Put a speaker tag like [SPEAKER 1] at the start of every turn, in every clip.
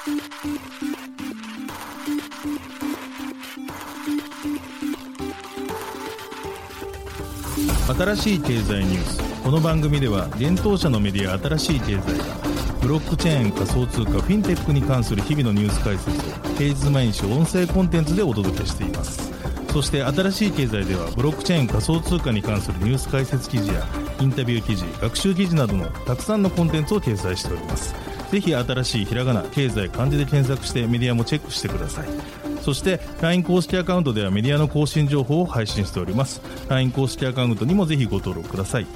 [SPEAKER 1] 新しい経済ニュース。この番組では現当社のメディア新しい経済がブロックチェーン、仮想通貨、フィンテックに関する日々のニュース解説を平日毎日音声コンテンツでお届けしています。そして新しい経済ではブロックチェーン、仮想通貨に関するニュース解説記事やインタビュー記事、学習記事などのたくさんのコンテンツを掲載しております。ぜひ新しいひらがな、経済、漢字で検索してメディアもチェックしてください。そして LINE 公式アカウントではメディアの更新情報を配信しております。 LINE 公式アカウントにもぜひご登録ください。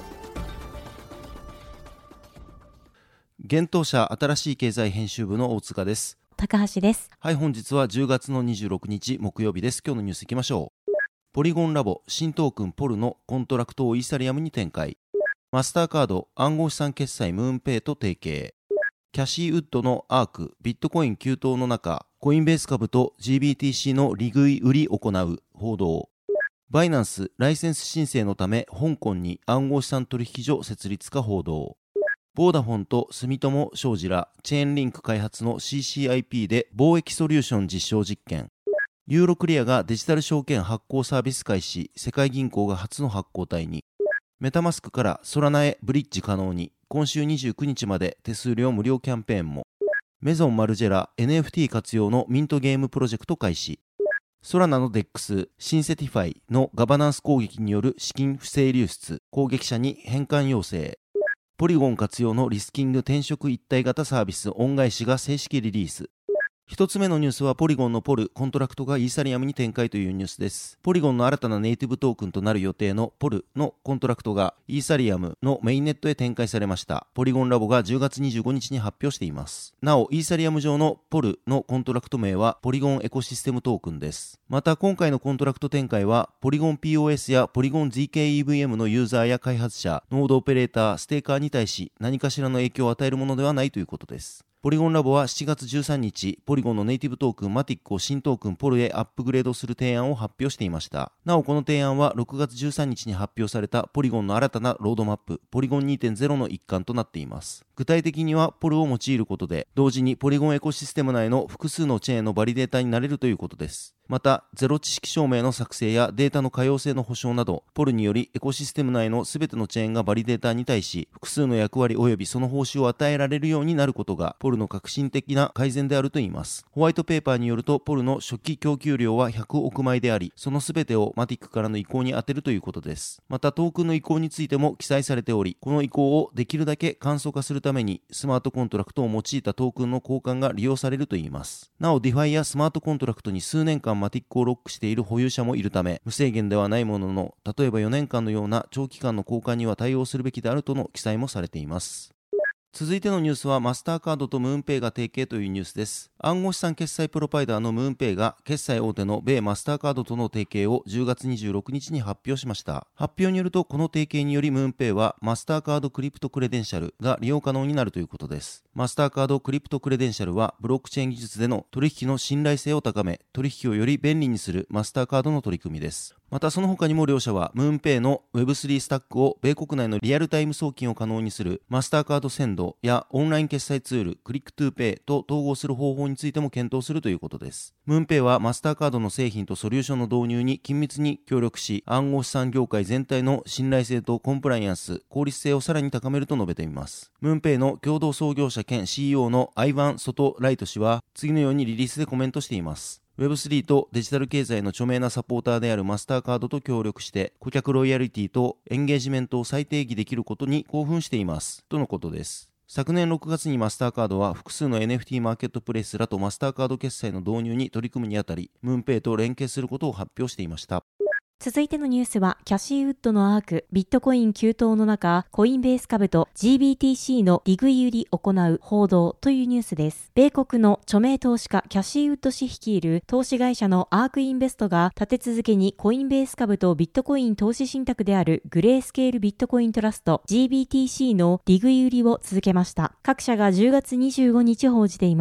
[SPEAKER 2] 現当社新しい経済編集部の大塚です。
[SPEAKER 3] 高橋です。
[SPEAKER 2] はい、本日は10月の26日木曜日です。今日のニュースいきましょう。ポリゴンラボ新トークンポルのコントラクトをイーサリアムに展開。マスターカード暗号資産決済ムーンペイと提携。キャシーウッドのアークビットコイン急騰の中、コインベース株と GBTC の利食い売り行う報道。バイナンスライセンス申請のため香港に暗号資産取引所設立か報道。ボーダフォンと住友商事らチェーンリンク開発の CCIP で貿易ソリューション実証実験。ユーロクリアがデジタル証券発行サービス開始、世界銀行が初の発行体に。メタマスクからソラナへブリッジ可能に、今週29日まで手数料無料キャンペーンも。メゾンマルジェラ NFT 活用のミントゲームプロジェクト開始。ソラナの DEX シンセティファイのガバナンス攻撃による資金不正流出、攻撃者に返還要請。ポリゴン活用のリスキング転職一体型サービス恩返しが正式リリース。一つ目のニュースはポリゴンのポルコントラクトがイーサリアムに展開というニュースです。ポリゴンの新たなネイティブトークンとなる予定のポルのコントラクトがイーサリアムのメインネットへ展開されました。ポリゴンラボが10月25日に発表しています。なおイーサリアム上のポルのコントラクト名はポリゴンエコシステムトークンです。また今回のコントラクト展開はポリゴン POS やポリゴン ZKEVM のユーザーや開発者、ノードオペレーター、ステーカーに対し何かしらの影響を与えるものではないということです。ポリゴンラボは7月13日、ポリゴンのネイティブトークンマティックを新トークンポルへアップグレードする提案を発表していました。なおこの提案は6月13日に発表されたポリゴンの新たなロードマップ、ポリゴン 2.0 の一環となっています。具体的にはポルを用いることで、同時にポリゴンエコシステム内の複数のチェーンのバリデータになれるということです。また、ゼロ知識証明の作成やデータの可用性の保証など、ポルによりエコシステム内のすべてのチェーンがバリデータに対し、複数の役割及びその報酬を与えられるようになることが、ポルの革新的な改善であるといいます。ホワイトペーパーによると、ポルの初期供給量は100億枚であり、そのすべてをマティックからの移行に充てるということです。また、トークンの移行についても記載されており、この移行をできるだけ簡素化するために、スマートコントラクトを用いたトークンの交換が利用されるといいます。なお、ディファイやスマートコントラクトに数年間マティックをロックしている保有者もいるため、無制限ではないものの、例えば4年間のような長期間の交換には対応するべきであるとの記載もされています。続いてのニュースはマスターカードとムーンペイが提携というニュースです。暗号資産決済プロバイダーのムーンペイが決済大手の米マスターカードとの提携を10月26日に発表しました。発表によるとこの提携によりムーンペイはマスターカードクリプトクレデンシャルが利用可能になるということです。マスターカードクリプトクレデンシャルはブロックチェーン技術での取引の信頼性を高め、取引をより便利にするマスターカードの取り組みです。またその他にも両社はムーンペイの Web3 スタックを米国内のリアルタイム送金を可能にするマスターカードセンドやオンライン決済ツールクリックトゥーペイと統合する方法についても検討するということです。ムーンペイはマスターカードの製品とソリューションの導入に緊密に協力し、暗号資産業界全体の信頼性とコンプライアンス、効率性をさらに高めると述べています。ムーンペイの共同創業者兼 CEO のアイヴァン・ソトライト氏は次のようにリリースでコメントしています。Web3 とデジタル経済の著名なサポーターであるマスターカードと協力して顧客ロイヤリティとエンゲージメントを再定義できることに興奮していますとのことです。昨年6月にマスターカードは複数の NFT マーケットプレイスらとマスターカード決済の導入に取り組むにあたり、ムーンペイと連携することを発表していました。
[SPEAKER 3] 続いてのニュースは、キャシーウッドのアーク、ビットコイン急騰の中、コインベース株と GBTC の利食い売り行う報道というニュースです。米国の著名投資家キャシーウッド氏率いる投資会社のアークインベストが立て続けにコインベース株とビットコイン投資信託であるグレースケールビットコイントラスト GBTC の利食い売りを続けました。各社が10月25日報じています。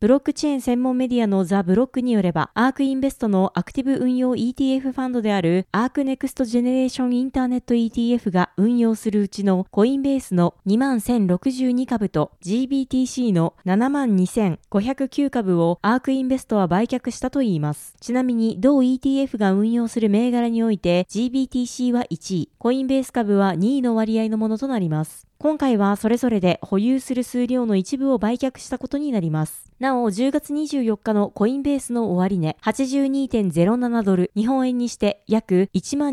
[SPEAKER 3] ブロックチェーン専門メディアのザ・ブロックによれば、アークインベストのアクティブ運用 ETF ファンドであるアークネクストジェネレーションインターネット ETF が運用するうちのコインベースの21,062株と GBTC の72,509株をアークインベストは売却したといいます。ちなみに同 ETF が運用する銘柄において GBTC は1位、コインベース株は2位の割合のものとなります。今回はそれぞれで保有する数量の一部を売却したことになります。なお、10月24日のコインベースの終値、82.07 ドル、日本円にして約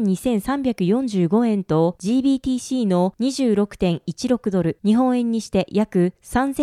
[SPEAKER 3] 12,345 円と GBTC の 26.16 ドル、日本円にして約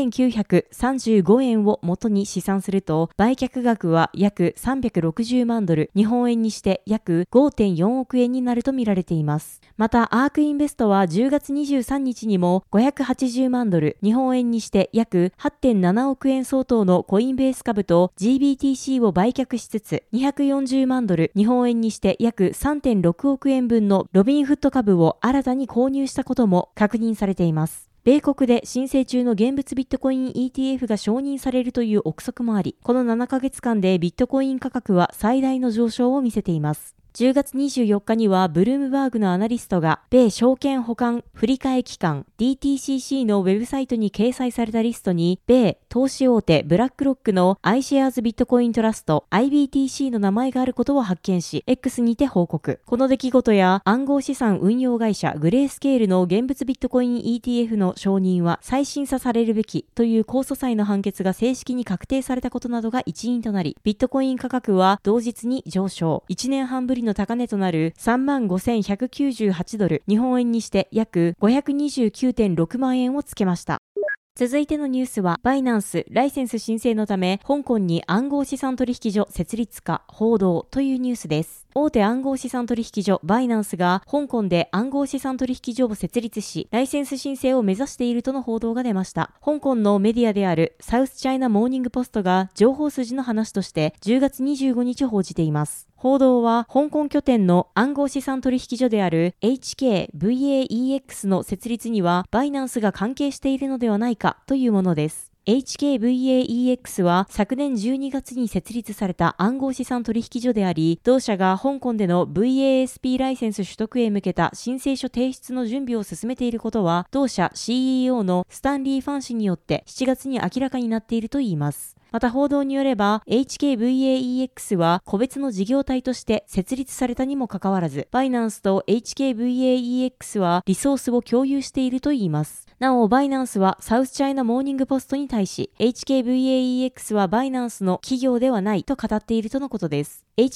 [SPEAKER 3] 3,935 円を元に試算すると、売却額は約360万ドル、日本円にして約 5.4 億円になると見られています。また、アークインベストは10月23日にも580万ドル、日本円にして約 8.7 億円相当のコインベース株と GBTC を売却しつつ、240万ドル、日本円にして約 3.6 億円分のロビンフット株を新たに購入したことも確認されています。米国で申請中の現物ビットコイン ETF が承認されるという憶測もあり、この7ヶ月間でビットコイン価格は最大の上昇を見せています。10月24日にはブルームバーグのアナリストが米証券保管振替機関 DTCC のウェブサイトに掲載されたリストに米投資大手ブラックロックの iShares ビットコイントラスト IBTC の名前があることを発見し X にて報告。この出来事や暗号資産運用会社グレースケールの現物ビットコイン ETF の承認は再審査されるべきという控訴裁の判決が正式に確定されたことなどが一因となり、ビットコイン価格は同日に上昇。1年半ぶりの高値となる 35,198 ドル、日本円にして約 529.6 万円をつけました。続いてのニュースは、バイナンスライセンス申請のため香港に暗号資産取引所設立か報道というニュースです。大手暗号資産取引所バイナンスが香港で暗号資産取引所を設立し、ライセンス申請を目指しているとの報道が出ました。香港のメディアであるサウスチャイナモーニングポストが情報筋の話として10月25日報じています。報道は香港拠点の暗号資産取引所である HKVAEX の設立にはバイナンスが関係しているのではないかというものです。HKVAEX は昨年12月に設立された暗号資産取引所であり、同社が香港での VASP ライセンス取得へ向けた申請書提出の準備を進めていることは、同社 CEO のスタンリー・ファン氏によって7月に明らかになっているといいます。また報道によれば HKVAEX は個別の事業体として設立されたにもかかわらず、バイナンスと HKVAEX はリソースを共有しているといいます。なお、バイナンスはサウスチャイナモーニングポストに対し、HKVAEX はバイナンスの企業ではないと語っているとのことです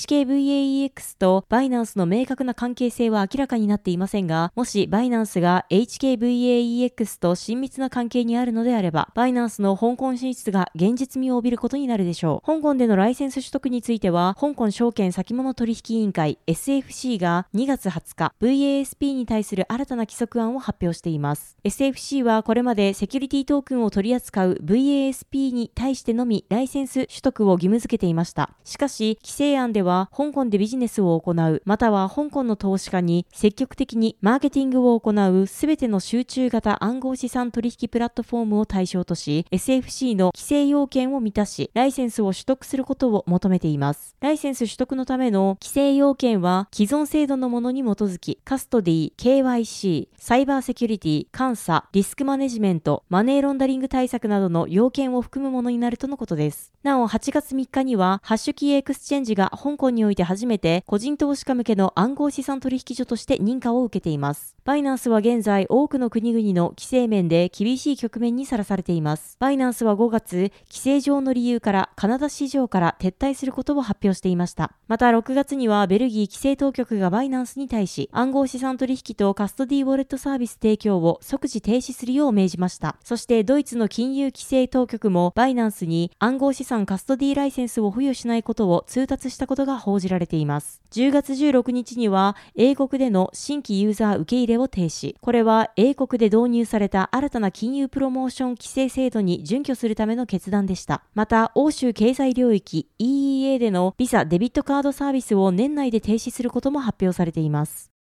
[SPEAKER 3] 。HKVAEX とバイナンスの明確な関係性は明らかになっていませんが、もしバイナンスが HKVAEX と親密な関係にあるのであれば、バイナンスの香港進出が現実味を帯びることになるでしょう。香港でのライセンス取得については、香港証券先物取引委員会 SFC が2月20日、VASP に対する新たな規則案を発表しています。SFC はこれまでセキュリティトークンを取り扱う VASP に対してのみライセンス取得を義務付けていました。しかし、規制案では香港でビジネスを行う、または香港の投資家に積極的にマーケティングを行うすべての集中型暗号資産取引プラットフォームを対象とし、SFC の規制要件を満たし、ライセンスを取得することを求めています。ライセンス取得のための規制要件は既存制度のものに基づき、カストディ、KYC、サイバーセキュリティ、監査、リスクマネジメント、マネーロンダリング対策などの要件を含むものになるとのことです。なお、8月3日には、ハッシュキーエクスチェンジが香港において初めて個人投資家向けの暗号資産取引所として認可を受けています。バイナンスは現在多くの国々の規制面で厳しい局面にさらされています。バイナンスは5月、規制上の理由からカナダ市場から撤退することを発表していました。また6月にはベルギー規制当局がバイナンスに対し、暗号資産取引とカストディウォレットサービス提供を即時停止するよう命じました。そしてドイツの金融規制当局もバイナンスに暗号資産カストディライセンスを付与しないことを通達したことが報じられています。10月16日には英国での新規ユーザー受け入れを停止。これは英国で導入された新たな金融プロモーション規制制度に準拠するための決断でした。また、欧州経済領域 EEA でのビザデビットカードサービスを年内で停止することも発表されています。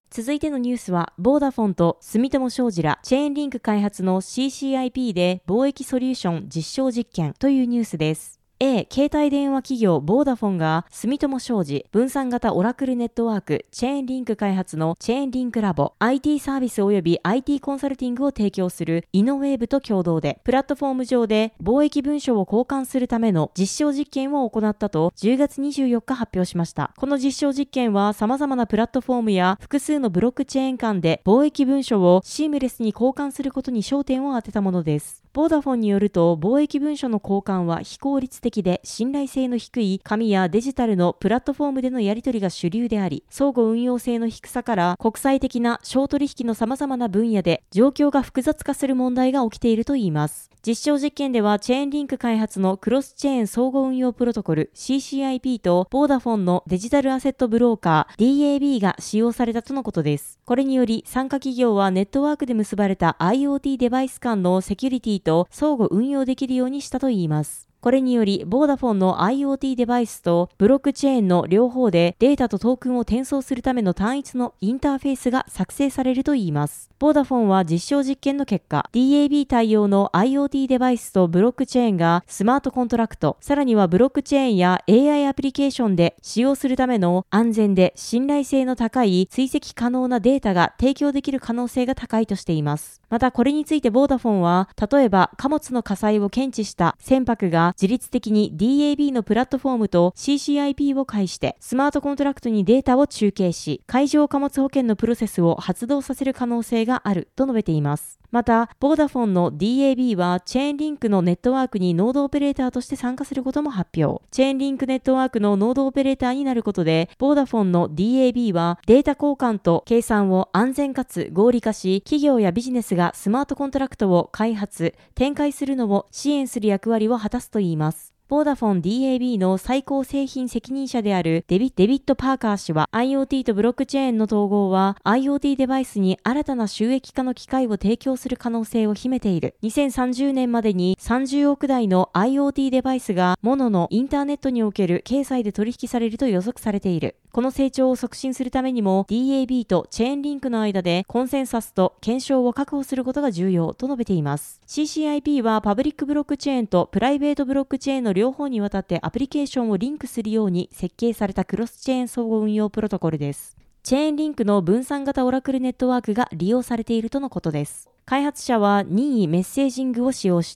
[SPEAKER 3] 続いてのニュースは、ボーダフォンと住友商事らチェーンリンク開発の CCIP で貿易ソリューション実証実験というニュースです。携帯電話企業ボーダフォンが住友商事分散型オラクルネットワークチェーンリンク開発のチェーンリンクラボ IT サービス及び IT コンサルティングを提供するイノウェーブと共同でプラットフォーム上で貿易文書を交換するための実証実験を行ったと10月24日発表しました。この実証実験は様々なプラットフォームや複数のブロックチェーン間で貿易文書をシームレスに交換することに焦点を当てたものです。ボーダフォンによると貿易文書の交換は非効率的で信頼性の低い紙やデジタルのプラットフォームでのやり取りが主流であり、相互運用性の低さから国際的な商取引の様々な分野で状況が複雑化する問題が起きているといいます。実証実験ではチェーンリンク開発のクロスチェーン相互運用プロトコル CCIP とボーダフォンのデジタルアセットブローカー DAB が使用されたとのことです。これにより参加企業はネットワークで結ばれた IoT デバイス間のセキュリティと相互運用できるようにしたといいます。これにより、ボーダフォンの IoT デバイスとブロックチェーンの両方でデータとトークンを転送するための単一のインターフェースが作成されるといいます。ボーダフォンは実証実験の結果、DAB 対応の IoT デバイスとブロックチェーンがスマートコントラクト、さらにはブロックチェーンや AI アプリケーションで使用するための安全で信頼性の高い追跡可能なデータが提供できる可能性が高いとしています。またこれについてボーダフォンは、例えば貨物の火災を検知した船舶が自律的にDAB のプラットフォームと CCIP を介してスマートコントラクトにデータを中継し、海上貨物保険のプロセスを発動させる可能性があると述べています。また、ボーダフォンの DAB はチェーンリンクのネットワークにノードオペレーターとして参加することも発表。チェーンリンクネットワークのノードオペレーターになることで、ボーダフォンの DAB はデータ交換と計算を安全かつ合理化し、企業やビジネスがスマートコントラクトを開発、展開するのを支援する役割を果たすといいます。ボーダフォン DAB の最高製品責任者であるデビッド・パーカー氏は IoT とブロックチェーンの統合は IoT デバイスに新たな収益化の機会を提供する可能性を秘めている。2030年までに30億台の IoT デバイスがモノのインターネットにおける決済で取引されると予測されている。この成長を促進するためにも DAB とチェーンリンクの間でコンセンサスと検証を確保することが重要と述べています。CCIP はパブリックブロックチェーンとプライベートブロックチェーンの両方にわたってアプリケーションをリンクするように設計されたクロスチェーン相互運用プロトコルです。チェーンリンクの分散型オラクルネットワークが利用されているとのことです。開発者は任意メッセージングを使用して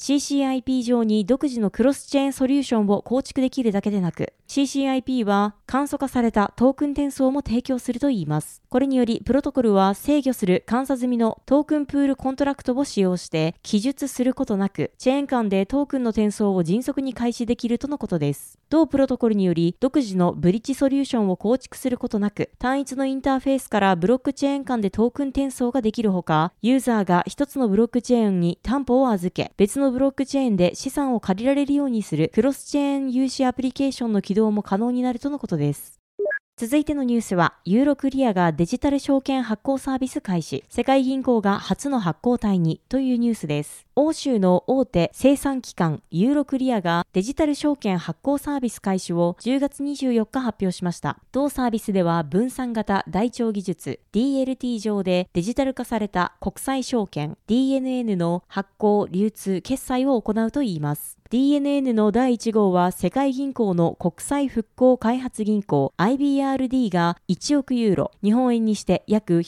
[SPEAKER 3] CCIP 上に独自のクロスチェーンソリューションを構築できるだけでなく CCIP は簡素化されたトークン転送も提供するといいます。これによりプロトコルは制御する監査済みのトークンプールコントラクトを使用して記述することなくチェーン間でトークンの転送を迅速に開始できるとのことです。同プロトコルにより独自のブリッジソリューションを構築することなく単一のインターフェースからブロックチェーン間でトークン転送ができるほか、ユーザーが一つのブロックチェーンに担保を預け別のブロックチェーンで資産を借りられるようにするクロスチェーン融資アプリケーションの起動も可能になるとのことです。続いてのニュースは、ユーロクリアがデジタル証券発行サービス開始、世界銀行が初の発行体にというニュースです。欧州の大手生産機関ユーロクリアがデジタル証券発行サービス開始を10月24日発表しました。同サービスでは分散型台帳技術 DLT 上でデジタル化された国際証券 DNN の発行、流通、決済を行うといいます。DNN の第1号は世界銀行の国際復興開発銀行 IBRD が1億ユーロ、日本円にして約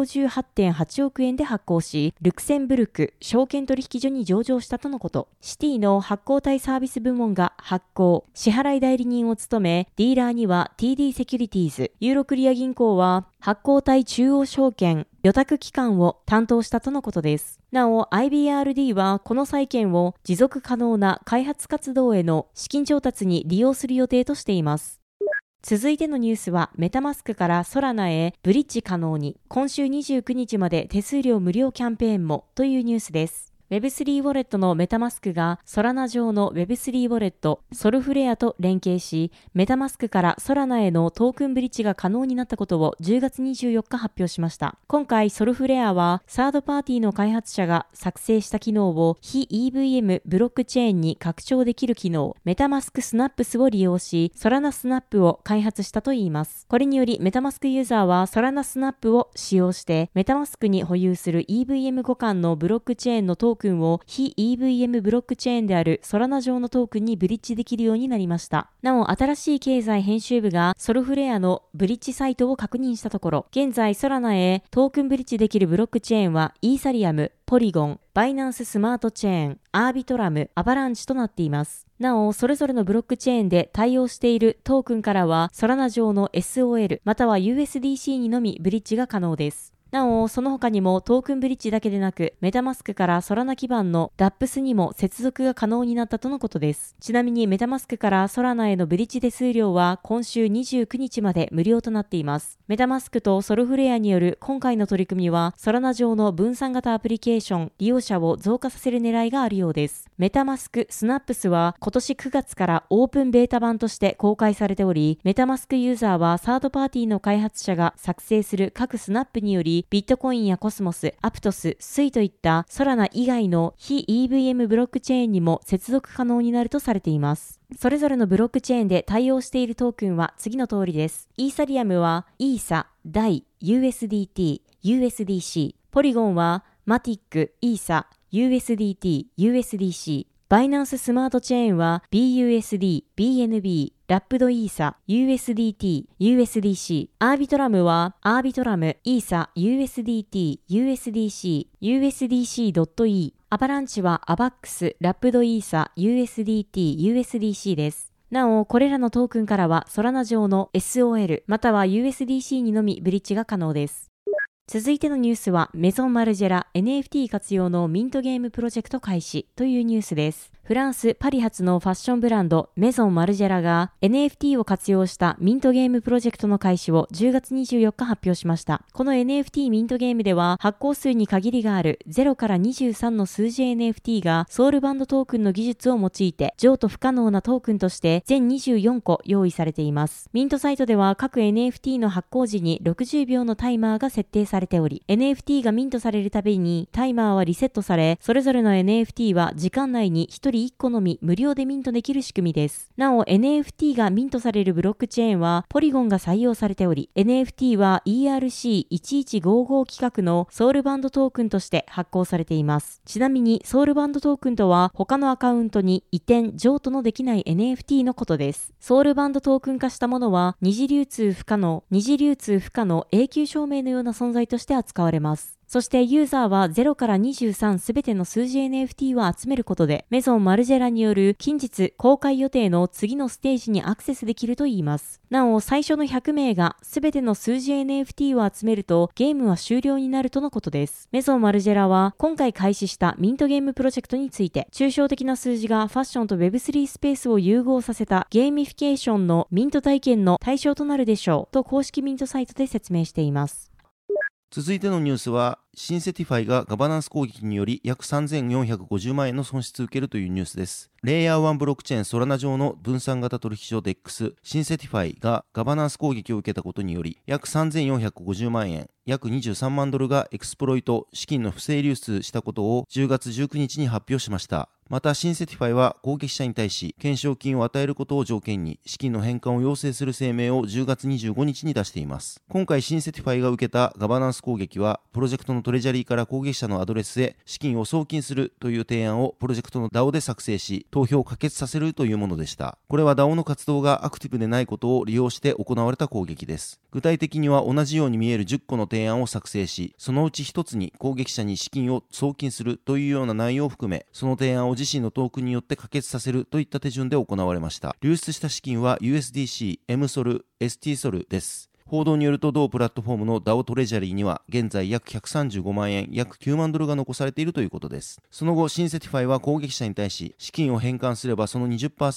[SPEAKER 3] 158.8 億円で発行し、ルクセンブルク証券取引所に上場したとのこと。シティの発行体サービス部門が発行、支払い代理人を務め、ディーラーには TD セキュリティーズ、ユーロクリア銀行は発行体中央証券、予託機関を担当したとのことです。なお IBRD はこの債券を持続可能な開発活動への資金調達に利用する予定としています。続いてのニュースはメタマスクからソラナへブリッジ可能に今週29日まで手数料無料キャンペーンもというニュースです。 Web3 ウォレットのメタマスクがソラナ上の Web3 ウォレットソルフレアと連携し、メタマスクからソラナへのトークンブリッジが可能になったことを10月24日発表しました。今回ソルフレアはサードパーティーの開発者が作成した機能を非 EVM ブロックチェーンに拡張できる機能メタマスクスナップスを利用し、ソラナスナップを開発したといいます。これによりメタマスクユーザーはソラナスナップを使用してメタマスクに保有する EVM 互換のブロックチェーンのトークンを非 EVM ブロックチェーンであるソラナ上のトークンにブリッジできるようになりました。なお、新しい経済編集部がソルフレアのブリッジサイトを確認したところ、現在ソラナへトークンブリッジできるブロックチェーンはイーサリアム、ポリゴン、バイナンススマートチェーン、アービトラム、アバランチとなっています。なお、それぞれのブロックチェーンで対応しているトークンからはソラナ上の SOL または USDC にのみブリッジが可能です。なお、その他にもトークンブリッジだけでなく、メタマスクからソラナ基盤の DAPS にも接続が可能になったとのことです。ちなみにメタマスクからソラナへのブリッジ手数料は今週29日まで無料となっています。メタマスクとソルフレアによる今回の取り組みは、ソラナ上の分散型アプリケーション利用者を増加させる狙いがあるようです。メタマスクスナップスは今年9月からオープンベータ版として公開されており、メタマスクユーザーはサードパーティーの開発者が作成する各スナップにより、ビットコインやコスモス、アプトス、スイといったソラナ以外の非 EVM ブロックチェーンにも接続可能になるとされています。それぞれのブロックチェーンで対応しているトークンは次の通りです。イーサリアムはイーサ、ダイ、USDT、USDC。ポリゴンはマティック、イーサ、USDT、USDC。バイナンススマートチェーンは BUSD、BNB、ラップドイーサ、USDT、USDC。アービトラムはアービトラム、イーサ、USDT、USDC、USDC.E。アバランチはアバックス、ラップドイーサ、USDT、USDC です。なお、これらのトークンからはソラナ上の SOL または USDC にのみブリッジが可能です。続いてのニュースはメゾンマルジェラ NFT 活用のミントゲームプロジェクト開始というニュースです。フランス・パリ発のファッションブランドメゾンマルジェラが NFT を活用したミントゲームプロジェクトの開始を10月24日発表しました。この NFT ミントゲームでは発行数に限りがある0から23の数字 NFT がソウルバンドトークンの技術を用いて譲渡不可能なトークンとして全24個用意されています。ミントサイトでは各 NFT の発行時に60秒のタイマーが設定されており、NFT がミントされるたびにタイマーはリセットされ、それぞれの NFT は時間内に1人1個のみ無料でミントできる仕組みです。なお NFT がミントされるブロックチェーンはポリゴンが採用されており、 NFT は ERC1155 規格のソウルバンドトークンとして発行されています。ちなみにソウルバンドトークンとは他のアカウントに移転・譲渡のできない NFT のことです。ソウルバンドトークン化したものは二次流通不可能永久証明のような存在として扱われます。そしてユーザーは0から23すべての数字 NFT を集めることでメゾンマルジェラによる近日公開予定の次のステージにアクセスできるといいます。なお最初の100名がすべての数字 NFT を集めるとゲームは終了になるとのことです。メゾンマルジェラは今回開始したミントゲームプロジェクトについて、抽象的な数字がファッションと Web3 スペースを融合させたゲーミフィケーションのミント体験の対象となるでしょうと公式ミントサイトで説明しています。
[SPEAKER 2] 続いてのニュースは、シンセティファイがガバナンス攻撃により約3450万円の損失を受けるというニュースです。レイヤー1ブロックチェーンソラナ上の分散型取引所 DEX シンセティファイがガバナンス攻撃を受けたことにより約3450万円、約23万ドルがエクスプロイト資金の不正流出したことを10月19日に発表しました。またシンセティファイは攻撃者に対し懸賞金を与えることを条件に資金の返還を要請する声明を10月25日に出しています。今回シンセティファイが受けたガバナンス攻撃はプロジェクトのトレジャリーから攻撃者のアドレスへ資金を送金するという提案をプロジェクトの DAO で作成し投票を可決させるというものでした。これは DAO の活動がアクティブでないことを利用して行われた攻撃です。具体的には同じように見える10個の提案を作成し、そのうち1つに攻撃者に資金を送金するというような内容を含め、その提案を自身のトークンによって可決させるといった手順で行われました。流出した資金は USDC、MSOL、STSOL です。 報道によると同プラットフォームの DAO トレジャリーには現在約135万円、約9万ドルが残されているということです。その後、シンセティファイは攻撃者に対し資金を返還すればその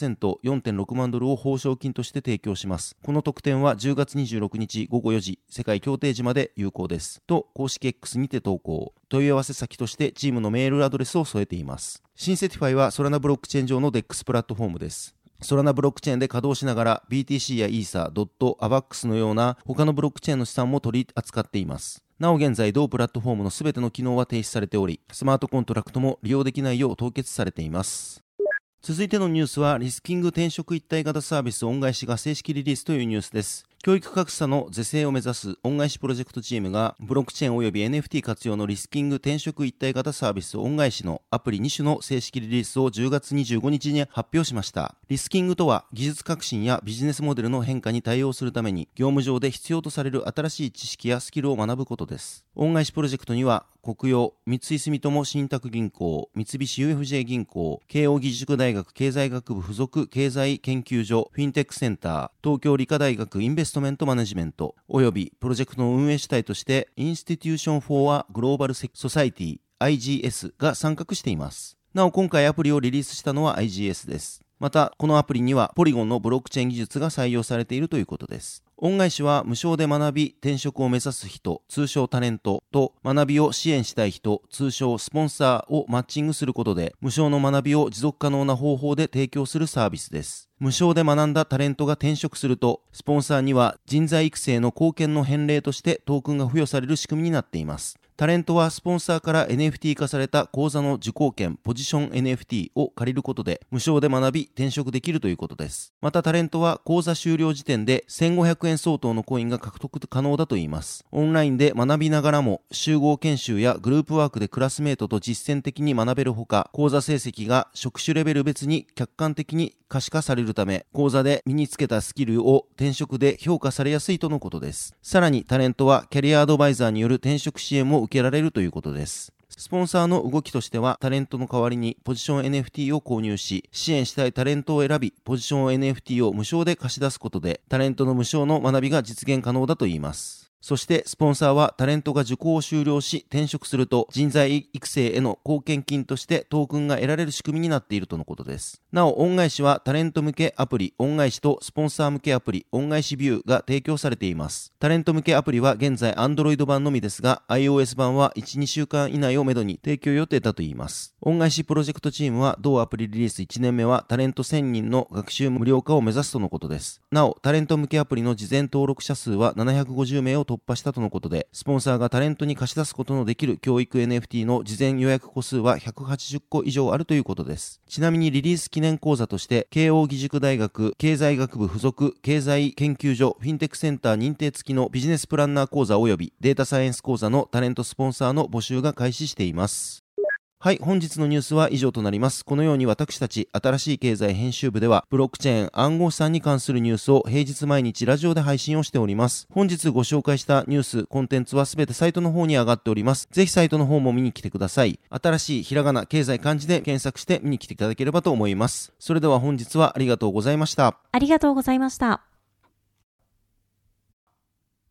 [SPEAKER 2] 20%、4.6 万ドルを報奨金として提供します。この特典は10月26日午後4時、世界協定時まで有効です。と公式 X にて投稿。問い合わせ先としてチームのメールアドレスを添えています。シンセティファイはソラナブロックチェーン上の DEX プラットフォームです。ソラナブロックチェーンで稼働しながら BTC やイーサ、ドット、アバックスのような他のブロックチェーンの資産も取り扱っています。なお現在同プラットフォームのすべての機能は停止されており、スマートコントラクトも利用できないよう凍結されています。続いてのニュースはリスキング転職一体型サービス恩返しが正式リリースというニュースです。教育格差の是正を目指す恩返しプロジェクトチームがブロックチェーン及び NFT 活用のリスキング転職一体型サービス恩返しのアプリ2種の正式リリースを10月25日に発表しました。リスキングとは技術革新やビジネスモデルの変化に対応するために業務上で必要とされる新しい知識やスキルを学ぶことです。恩返しプロジェクトには国用、三井住友信託銀行、三菱 UFJ 銀行、慶應義塾大学経済学部附属経済研究所フィンテックセンター、東京理科大学インベストメントマネジメント、およびプロジェクトの運営主体としてインスティテューション・フォー・ア・グローバル・ソサイティ IGS が参画しています。なお今回アプリをリリースしたのは IGS です。またこのアプリにはポリゴンのブロックチェーン技術が採用されているということです。恩返しは無償で学び転職を目指す人、通称タレントと学びを支援したい人、通称スポンサーをマッチングすることで無償の学びを持続可能な方法で提供するサービスです。無償で学んだタレントが転職するとスポンサーには人材育成の貢献の返礼としてトークンが付与される仕組みになっています。タレントはスポンサーから NFT 化された講座の受講権ポジション NFT を借りることで無償で学び転職できるということです。またタレントは講座終了時点で1500円相当のコインが獲得可能だといいます。オンラインで学びながらも集合研修やグループワークでクラスメートと実践的に学べるほか、講座成績が職種レベル別に客観的に可視化されるため講座で身につけたスキルを転職で評価されやすいとのことです。さらにタレントはキャリアアドバイザーによる転職支援も受けられるということです。スポンサーの動きとしてはタレントの代わりにポジション NFT を購入し支援したいタレントを選びポジション NFT を無償で貸し出すことでタレントの無償の学びが実現可能だといいます。そしてスポンサーはタレントが受講を終了し転職すると人材育成への貢献金としてトークンが得られる仕組みになっているとのことです。なお恩返しはタレント向けアプリ恩返しとスポンサー向けアプリ恩返しビューが提供されています。タレント向けアプリは現在 Android 版のみですが iOS 版は 1,2 週間以内をめどに提供予定だといいます。恩返しプロジェクトチームは同アプリリリース1年目はタレント1000人の学習無料化を目指すとのことです。なおタレント向けアプリの事前登録者数は750名を突破したとのことでスポンサーがタレントに貸し出すことのできる教育 NFT の事前予約個数は180個以上あるということです。ちなみにリリース記念講座として慶應義塾大学経済学部附属経済研究所フィンテックセンター認定付きのビジネスプランナー講座及びデータサイエンス講座のタレントスポンサーの募集が開始しています。はい、本日のニュースは以上となります。このように私たち新しい経済編集部ではブロックチェーン暗号資産に関するニュースを平日毎日ラジオで配信をしております。本日ご紹介したニュースコンテンツはすべてサイトの方に上がっております。ぜひサイトの方も見に来てください。新しいひらがな経済漢字で検索して見に来ていただければと思います。それでは本日はありがとうございました。
[SPEAKER 3] ありがとうございました。